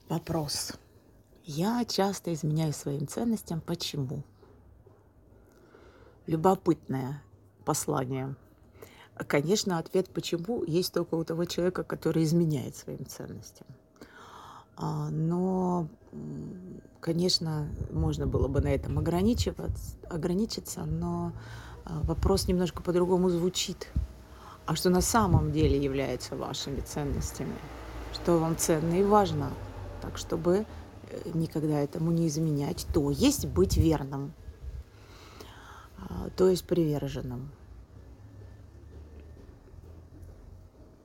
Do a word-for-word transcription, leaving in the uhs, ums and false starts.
Вопрос. Я часто изменяю своим ценностям. Почему? Любопытное послание. Конечно, ответ «почему» есть только у того человека, который изменяет своим ценностям. А, Но, м, конечно, можно было бы на этом ограничиваться, ограничиться, но а, вопрос немножко по-другому звучит. А что на самом деле является вашими ценностями? Что вам ценно и важно? Так, чтобы э, никогда этому не изменять, то есть быть верным, а, то есть приверженным.